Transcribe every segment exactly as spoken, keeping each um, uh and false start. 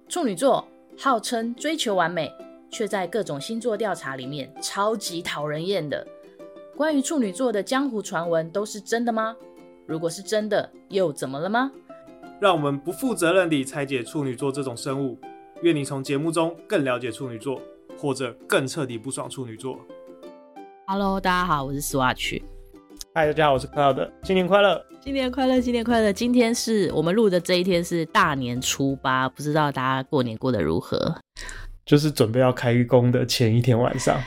处女座号称追求完美，却在各种星座调查里面超级讨人厌的。关于处女座的江湖传闻都是真的吗？如果是真的，又怎么了吗？ 让我们不负责任地拆解处女座这种生物，愿你从节目中更了解处女座，或者更彻底不爽处女座。 Hello， 大家好，我是 Swatch。 嗨，大家好，我是 Cloud， 新年快乐！ 新年快乐，新年快乐！今天是我们录的这一天是大年初八，不知道大家过年过得如何？ 就是准备要开工的前一天晚上。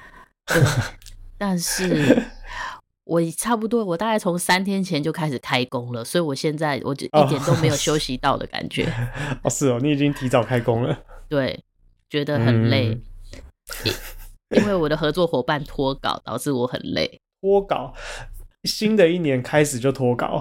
但是我差不多，我大概从三天前就开始开工了，所以我现在我就一点都没有休息到的感觉。 哦，是哦，你已经提早开工了。 对，觉得很累， 嗯、 因为我的合作伙伴脱稿，导致我很累。 脱稿，新的一年开始就脱稿。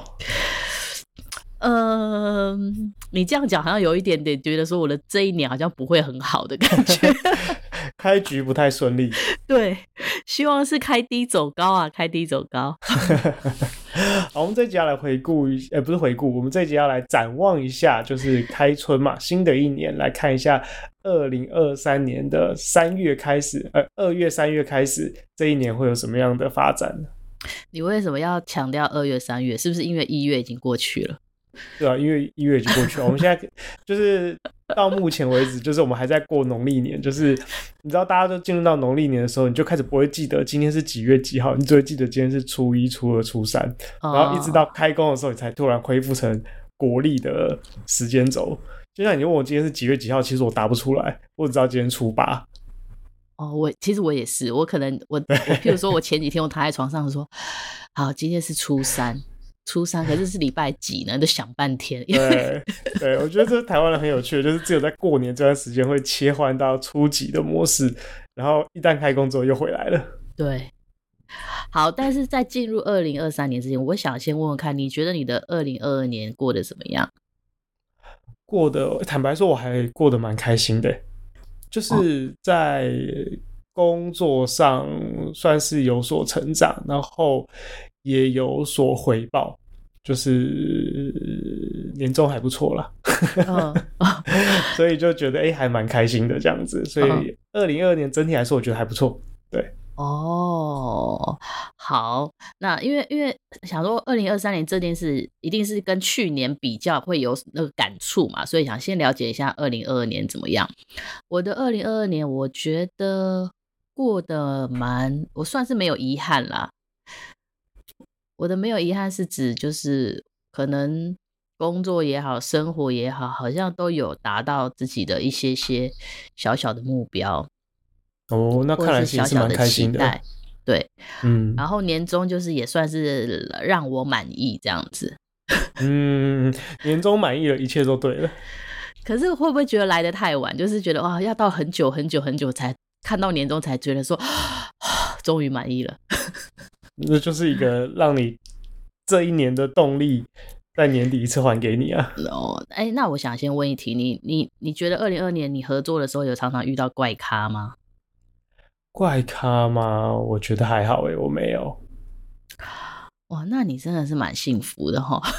嗯、呃，你这样讲好像有一点点觉得说我的这一年好像不会很好的感觉。 开局不太顺利。 对，希望是开低走高啊，开低走高。 好，我们这一集要来回顾一，呃，不是回顾，我们这一集要来展望一下，就是开春嘛，新的一年来看一下二零二三年的三月开始，呃，二月、三月开始，这一年会有什么样的发展？ 你为什么要强调二月、三月？是不是因为一月已经过去了？ 对啊，因为一月已经过去了，我们现在就是到目前为止，就是我们还在过农历年，就是你知道，大家都进入到农历年的时候，你就开始不会记得今天是几月几号，你只会记得今天是初一、初二、初三，然后一直到开工的时候，你才突然恢复成国历的时间轴。就像你问我今天是几月几号，其实我答不出来，我只知道今天初八。 哦，我其实我也是，我可能我我譬如说我前几天我躺在床上说，好，今天是初三。初三，可是是礼拜几呢？都想半天。 对对，我觉得这是台湾人很有趣的，就是只有在过年这段时间会切换到初几的模式，然后一旦开工之后又回来了。 对，好，但是在进入二零二三年之前，我想先问问看，你觉得你的二零二二年过得怎么样？ 过得，坦白说，我还过得蛮开心的，就是在工作上算是有所成长，然后也有所回报，就是年终还不错啦。 嗯、 所以就觉得哎、欸，还蛮开心的这样子。所以二零二二年整体来说，我觉得还不错。对， 哦，好，那因为因为想说二零二三年这件事一定是跟去年比较会有那个感触嘛，所以想先了解一下二零二二年怎么样。我的二零二二年，我觉得过得蛮，我算是没有遗憾啦。我的没有遗憾是指就是可能工作也好，生活也好，好像都有达到自己的一些些小小的目标。 哦，那看来是小小的期待，对， 嗯， 然后年终就是也算是让我满意这样子。 嗯，年终满意了，一切都对了。 可是会不会觉得来得太晚？就是觉得哇，要到很久很久很久才看到年终，才觉得说终于满意了。 那就是一个让你这一年的动力在年底一次还给你啊。 哦，哎，那我想先问一题，你你你觉得二零二二年你合作的时候有常常遇到怪咖吗？ 怪咖吗？我觉得还好哎，我没有。 哇，那你真的是蛮幸福的齁。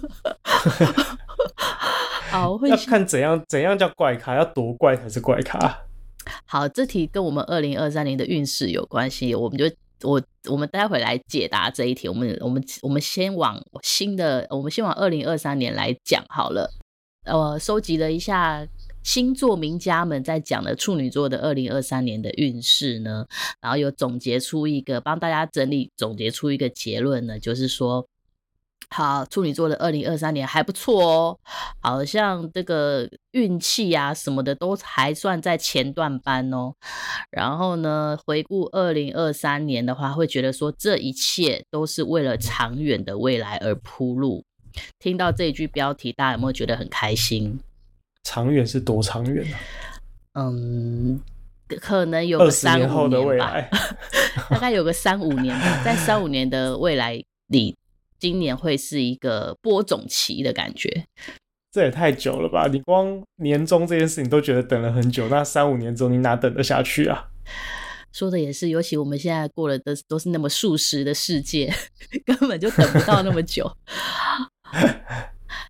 好，我会要看怎样怎样叫怪咖，要多怪才是怪咖。 好，这题跟我们二零二三年的运势有关系，我们就我我们待会来解答这一题。我们我们我们先往新的，我们先往二零二三年来讲好了。呃，收集了一下星座名家们在讲的处女座的二零二三年的运势呢，然后有总结出一个，帮大家整理总结出一个结论呢，就是说，好，处女座的二零二三年还不错哦，好像这个运气啊什么的都还算在前段班哦。然后呢，回顾二零二三年的话，会觉得说这一切都是为了长远的未来而铺路。听到这一句标题，大家有没有觉得很开心？ 长远是多长远啊？ 嗯，可能有个三五年吧， 二十年后的未来大概有个三五年吧，在三五年的未来里，今年会是一个播种期的感觉。 这也太久了吧？你光年终这件事情都觉得等了很久，那三五年之后你哪等得下去啊？ 说的也是，尤其我们现在过的都都是那么速食的世界，根本就等不到那么久。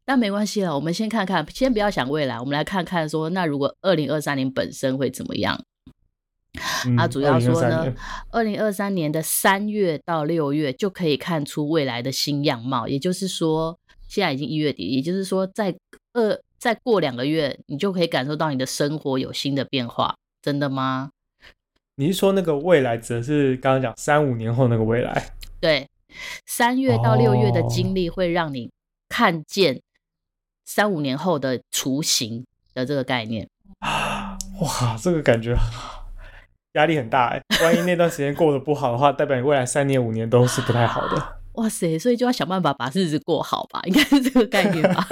但没关系了，我们先看看，先不要想未来，我们来看看说，那如果二零二三年本身会怎么样？ 嗯， 他主要说呢年， 二零二三年的三月到六月就可以看出未来的新样貌，也就是说，现在已经一月底，也就是说在二再过两个月，你就可以感受到你的生活有新的变化，真的吗？ 你是说那个未来指的是刚刚讲三五年后那个未来？ 对，三月到六月的经历会让你看见三五年后的雏形的这个概念。 哇，这个感觉压力很大哎！万一那段时间过得不好的话，代表你未来三年五年都是不太好的。 哇塞，所以就要想办法把日子过好吧，应该是这个概念吧。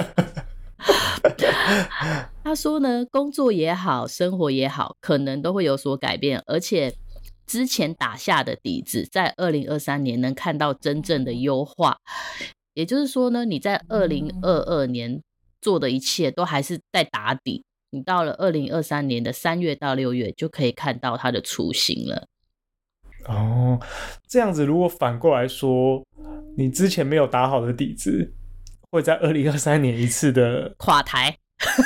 他说呢，工作也好，生活也好，可能都会有所改变，而且之前打下的底子，在二零二三年能看到真正的优化。也就是说呢，你在二零二二年做的一切都还是在打底，你到了二零二三年的三月到六月就可以看到它的雏形了。 哦，这样子如果反过来说，你之前没有打好的底子，会在二零二三年一次的垮台。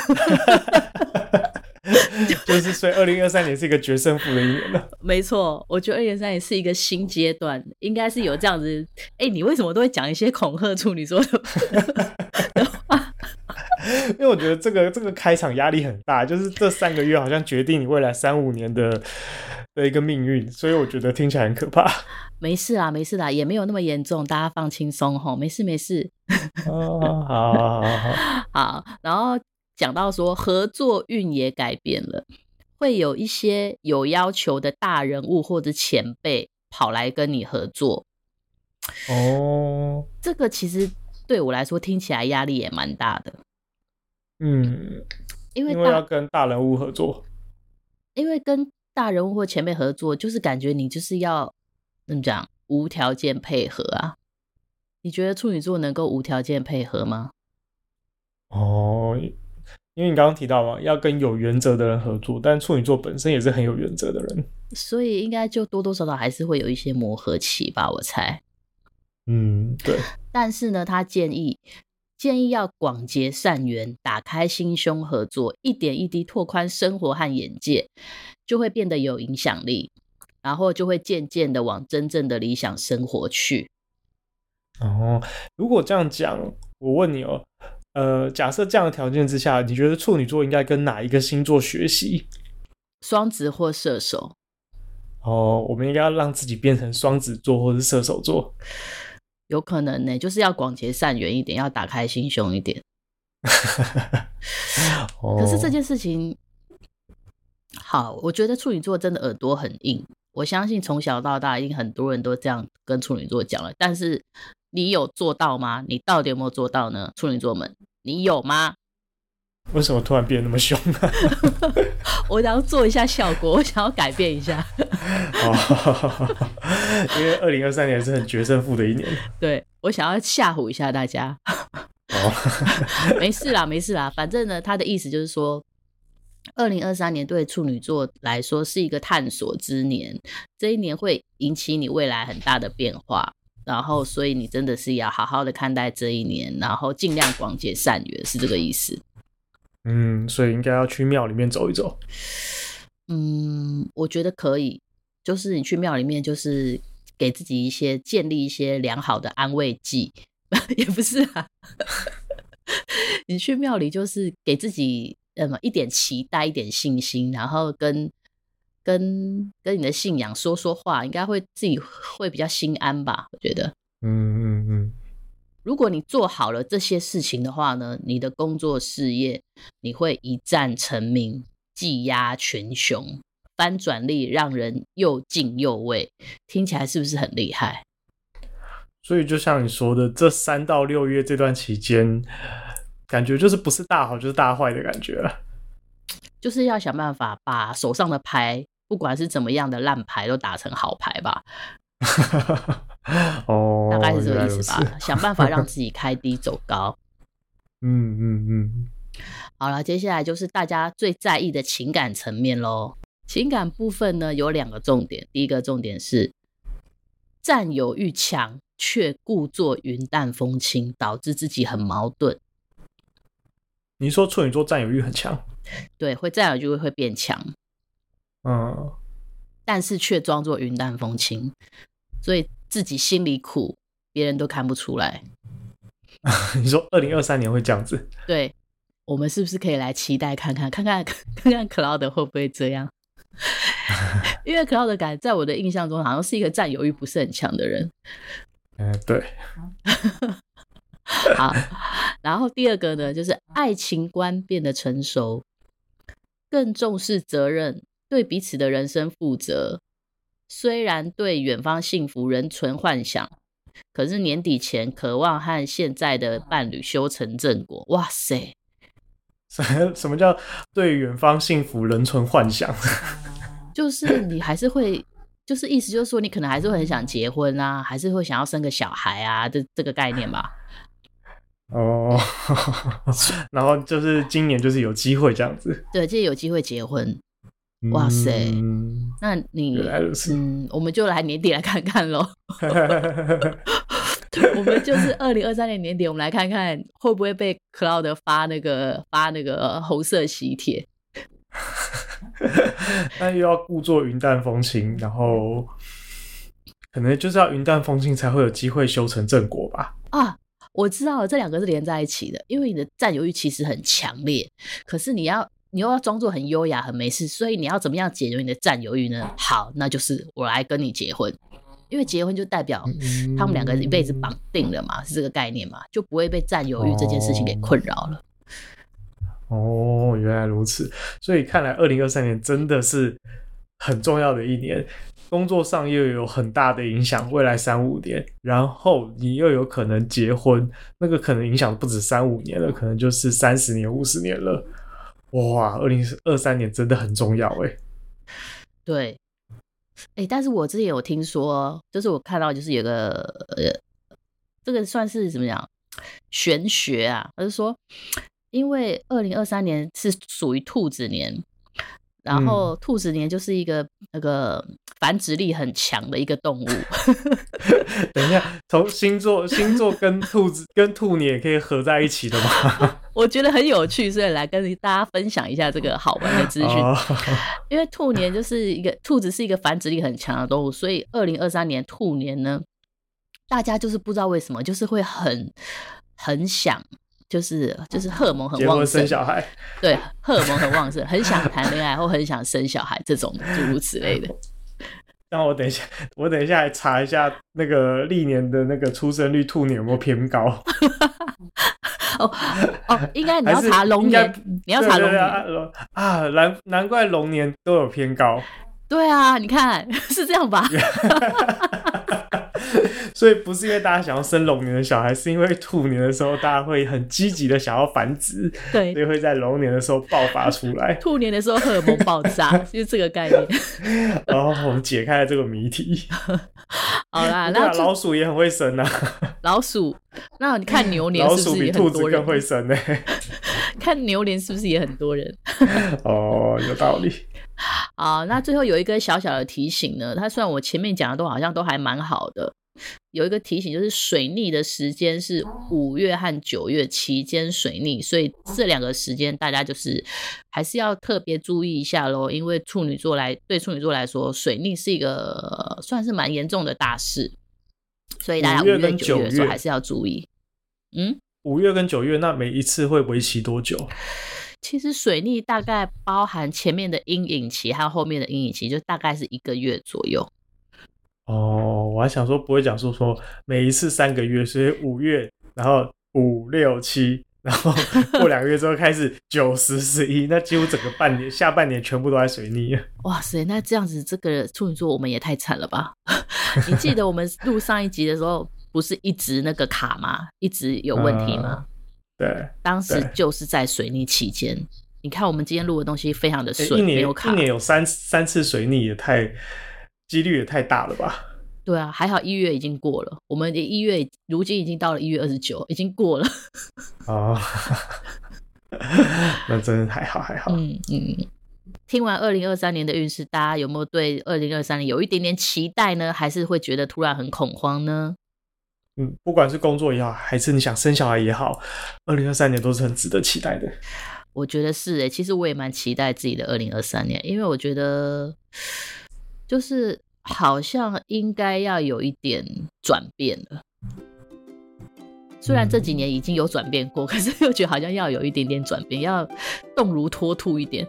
就是所以二零二三年是一个决胜负的一年了。 没错，我觉得二零二三年是一个新阶段，应该是有这样子。哎、欸，你为什么都会讲一些恐吓处女座的话？ 因为我觉得这个这个开场压力很大，就是这三个月好像决定你未来三五年的的一个命运，所以我觉得听起来很可怕。 没事啦，没事啦，也没有那么严重，大家放轻松吼，没事没事。 哦，好好好好。 好，然后讲到说合作运也改变了，会有一些有要求的大人物或者前辈跑来跟你合作。 哦， 这个其实对我来说听起来压力也蛮大的。 嗯， 因为因为要跟大人物合作， 因为跟大人物或前辈合作，就是感觉你就是要怎么讲，无条件配合啊。你觉得处女座能够无条件配合吗？ 哦，因为你刚刚提到嘛，要跟有原则的人合作，但处女座本身也是很有原则的人， 所以应该就多多少少还是会有一些磨合期吧，我猜。 嗯，对。 但是呢，他建议建议要广结善缘，打开心胸合作，一点一滴拓宽生活和眼界，就会变得有影响力，然后就会渐渐的往真正的理想生活去。 哦，如果这样讲，我问你哦，呃，假设这样的条件之下，你觉得处女座应该跟哪一个星座学习？ 双子或射手。 哦，我们应该要让自己变成双子座或是射手座。 有可能呢，就是要广结善缘一点，要打开心胸一点。可是这件事情，好，我觉得处女座真的耳朵很硬。我相信从小到大，一定很多人都这样跟处女座讲了。但是你有做到吗？你到底有没有做到呢？处女座们，你有吗？ 为什么突然变得那么凶呢？ 我想要做一下效果，我想要改变一下。 哦，因为二零二三年是很决胜负的一年。 对，我想要吓唬一下大家。哦，没事啦，没事啦。反正呢，他的意思就是说，二零二三年对处女座来说是一个探索之年，这一年会引起你未来很大的变化。然后，所以你真的是要好好的看待这一年，然后尽量广结善缘，是这个意思。 嗯，所以应该要去庙里面走一走。 嗯，我觉得可以，就是你去庙里面，就是给自己一些建立一些良好的安慰剂，也不是啊。你去庙里就是给自己嗯一点期待，一点信心，然后跟跟跟你的信仰说说话，应该会自己会比较心安吧，我觉得。 嗯嗯嗯。 如果你做好了这些事情的话呢，你的工作事业你会一战成名，技压群雄，翻转力让人又敬又畏，听起来是不是很厉害？ 所以就像你说的，这三到六月这段期间，感觉就是不是大好就是大坏的感觉了。 就是要想办法把手上的牌，不管是怎么样的烂牌，都打成好牌吧。 哦， 大概是这个意思吧。想办法让自己开低走高。 嗯嗯嗯。 好了，接下来就是大家最在意的情感层面咯。情感部分呢，有两个重点。第一个重点是占有欲强，却故作云淡风轻，导致自己很矛盾。 你说处女座占有欲很强， 对，会占有欲会变强， 嗯， 但是却装作云淡风轻，所以自己心里苦，别人都看不出来。 你说二零二三年会这样子？ 对，我们是不是可以来期待看看，看看看看 Cloud 会不会这样？因为 Cloud 感在我的印象中好像是一个占有欲不是很强的人。 嗯、呃，对。 好，然后第二个呢，就是爱情观变得成熟，更重视责任，对彼此的人生负责。虽然对远方幸福仍存幻想，可是年底前渴望和现在的伴侣修成正果。哇塞！ 什么叫对远方幸福仍存幻想？ 就是你还是会，就是意思就是说，你可能还是会很想结婚啊，还是会想要生个小孩啊，这这个概念吧。 哦，然后就是今年就是有机会这样子， 对，就有机会结婚。哇塞， 嗯、 那你原来如此， 嗯，我们就来年底来看看咯。我们就是二零二三年年底，我们来看看会不会被 Cloud 发那个发那个红色喜帖。 那又要故作云淡风轻，然后可能就是要云淡风轻才会有机会修成正果吧。 啊，我知道了，这两个是连在一起的，因为你的占有欲其实很强烈，可是你要你又要装作很优雅很没事，所以你要怎么样解决你的占有欲呢？好，那就是我来跟你结婚，因为结婚就代表他们两个一辈子绑定了嘛，是这个概念嘛，就不会被占有欲这件事情给困扰了。 哦，原来如此，所以看来二零二三年真的是很重要的一年，工作上又有很大的影响，未来三五年，然后你又有可能结婚，那个可能影响不止三五年了，可能就是三十年、五十年了。哇，二零二三年真的很重要哎。 对，哎，但是我之前有听说，就是我看到就是有个呃，这个算是怎么讲玄学啊，他就说，因为二零二三年是属于兔子年。然后兔子年就是一个那个繁殖力很强的一个动物。 等一下，从星座星座跟兔子跟兔年也可以合在一起的吗？ 我觉得很有趣，所以来跟大家分享一下这个好玩的资讯。哦、因为兔年就是一个兔子是一个繁殖力很强的动物，所以二零二三年兔年呢，大家就是不知道为什么，就是会很很想。就是就是荷尔蒙很旺盛，结婚生小孩， 对，荷尔蒙很旺盛，很想谈恋爱或很想生小孩这种诸如此类的。 那我等一下，我等一下来查一下那个历年的那个出生率，兔年有没有偏高？ 哦哦，应该你要查龙年，你要查龙年 啊, 啊，难难怪龙年都有偏高。 对啊，你看是这样吧？ 所以不是因为大家想要生龙年的小孩，是因为兔年的时候大家会很积极的想要繁殖， 对， 所以会在龙年的时候爆发出来。 兔年的时候荷尔蒙爆炸，就是这个概念。 然后我们解开了这个谜题。 好啦，那老鼠也很会生啊。 老鼠，那你看牛年是不是也很多人？ 老鼠比兔子更会生呢、欸。 看牛年是不是也很多人？ 哦，有道理。 好，那最后有一个小小的提醒呢，它虽然我前面讲的都好像都还蛮好的，有一个提醒就是水逆的时间是五月和九月期间水逆，所以这两个时间大家就是还是要特别注意一下咯，因为处女座来对处女座来说，水逆是一个算是蛮严重的大事，所以大家五月九月的时候还是要注意。嗯， 五月跟九月那每一次会为期多久？ 其实水逆大概包含前面的阴影期和后面的阴影期，就大概是一个月左右。 哦，我还想说不会讲说说每一次三个月，所以五月，然后五六七，然后过两个月之后开始九十十一，那几乎整个半年下半年全部都在水逆。 哇塞，那这样子这个处女座我们也太惨了吧？你记得我们录上一集的时候，不是一直那个卡吗？一直有问题吗？嗯对， 当时就是在水逆期间。你看我们今天录的东西非常的顺，没有卡。 一年有三三次水逆，也太几率也太大了吧？ 对啊，还好一月已经过了，我们的一月如今已经到了一月二十九，已经过了。 哦，那真的还好还好。 嗯嗯。听完二零二三年的运势，大家有没有对二零二三年有一点点期待呢？还是会觉得突然很恐慌呢？ 嗯，不管是工作也好，还是你想生小孩也好，二零二三年都是很值得期待的。 我觉得是诶，其实我也蛮期待自己的二零二三年，因为我觉得就是好像应该要有一点转变了。虽然这几年已经有转变过，可是又觉得好像要有一点点转变，要动如脱兔一点。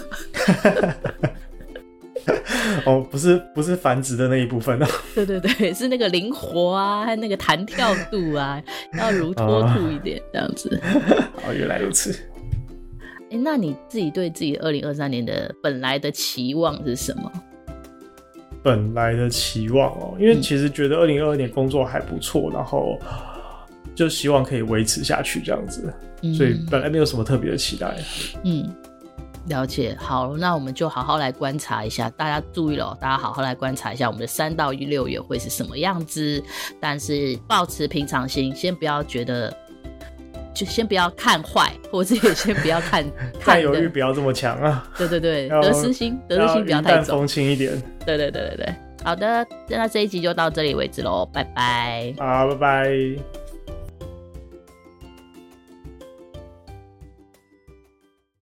哦，不是不是繁殖的那一部分哦。 对对对，是那个灵活啊，和那个弹跳度啊，要如脱兔一点，这样子。 哦，原来如此。 欸，那你自己对自己二零二三年的本来的期望是什么？ 本来的期望哦，因为其实觉得二零二二年工作还不错，然后就希望可以维持下去这样子，嗯，所以本来没有什么特别的期待。 嗯，了解。好，那我们就好好来观察一下，大家注意了，大家好好来观察一下我们的三到六月会是什么样子。但是抱持平常心，先不要觉得。就先不要看坏，或者也先不要看占有欲不要这么强啊。 对对对，得失心得失心不要太重， 云淡风轻一点。 对对对对对，好的，那这一集就到这里为止喽，拜拜。 好，拜拜。